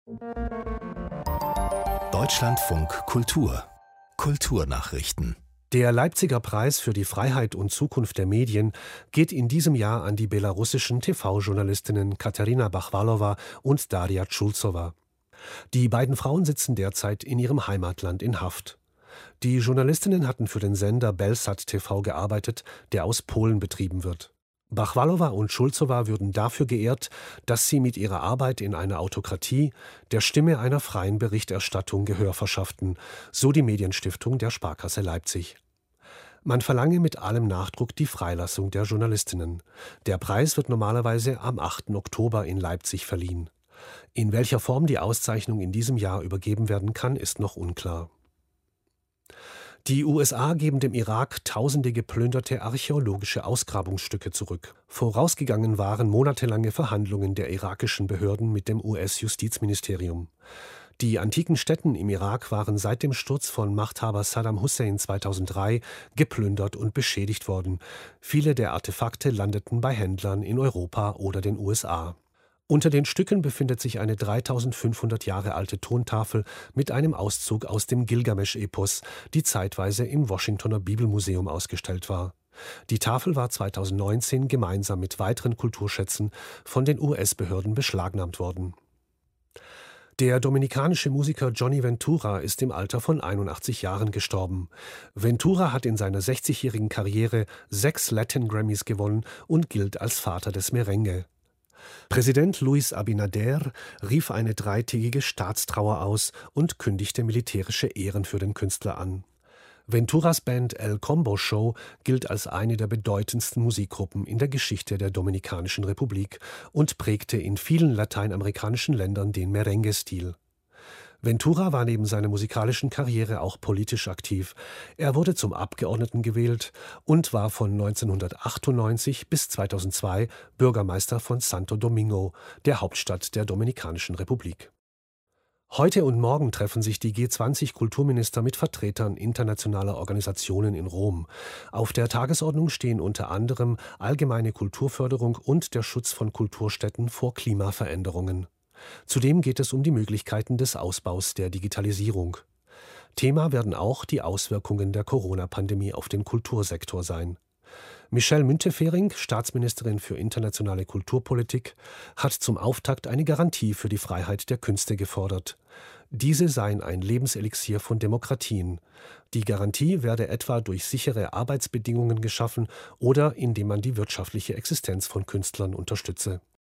Deutschlandfunk Kultur Kulturnachrichten. Der Leipziger Preis für die Freiheit und Zukunft der Medien geht in diesem Jahr an die belarussischen TV-Journalistinnen Katerina Bachwalowa und Daria Tschulzowa. Die beiden Frauen sitzen derzeit in ihrem Heimatland in Haft. Die Journalistinnen hatten für den Sender Belsat TV gearbeitet, der aus Polen betrieben wird. Bachwalowa und Tschulzowa würden dafür geehrt, dass sie mit ihrer Arbeit in einer Autokratie der Stimme einer freien Berichterstattung Gehör verschafften, so die Medienstiftung der Sparkasse Leipzig. Man verlange mit allem Nachdruck die Freilassung der Journalistinnen. Der Preis wird normalerweise am 8. Oktober in Leipzig verliehen. In welcher Form die Auszeichnung in diesem Jahr übergeben werden kann, ist noch unklar. Die USA geben dem Irak tausende geplünderte archäologische Ausgrabungsstücke zurück. Vorausgegangen waren monatelange Verhandlungen der irakischen Behörden mit dem US-Justizministerium. Die antiken Stätten im Irak waren seit dem Sturz von Machthaber Saddam Hussein 2003 geplündert und beschädigt worden. Viele der Artefakte landeten bei Händlern in Europa oder den USA. Unter den Stücken befindet sich eine 3500 Jahre alte Tontafel mit einem Auszug aus dem Gilgamesch-Epos, die zeitweise im Washingtoner Bibelmuseum ausgestellt war. Die Tafel war 2019 gemeinsam mit weiteren Kulturschätzen von den US-Behörden beschlagnahmt worden. Der dominikanische Musiker Johnny Ventura ist im Alter von 81 Jahren gestorben. Ventura hat in seiner 60-jährigen Karriere 6 Latin Grammys gewonnen und gilt als Vater des Merengue. Präsident Luis Abinader rief eine 3-tägige Staatstrauer aus und kündigte militärische Ehren für den Künstler an. Venturas Band El Combo Show gilt als eine der bedeutendsten Musikgruppen in der Geschichte der Dominikanischen Republik und prägte in vielen lateinamerikanischen Ländern den Merengue-Stil. Ventura war neben seiner musikalischen Karriere auch politisch aktiv. Er wurde zum Abgeordneten gewählt und war von 1998 bis 2002 Bürgermeister von Santo Domingo, der Hauptstadt der Dominikanischen Republik. Heute und morgen treffen sich die G20-Kulturminister mit Vertretern internationaler Organisationen in Rom. Auf der Tagesordnung stehen unter anderem allgemeine Kulturförderung und der Schutz von Kulturstätten vor Klimaveränderungen. Zudem geht es um die Möglichkeiten des Ausbaus der Digitalisierung. Thema werden auch die Auswirkungen der Corona-Pandemie auf den Kultursektor sein. Michelle Müntefering, Staatsministerin für internationale Kulturpolitik, hat zum Auftakt eine Garantie für die Freiheit der Künste gefordert. Diese seien ein Lebenselixier von Demokratien. Die Garantie werde etwa durch sichere Arbeitsbedingungen geschaffen oder indem man die wirtschaftliche Existenz von Künstlern unterstütze.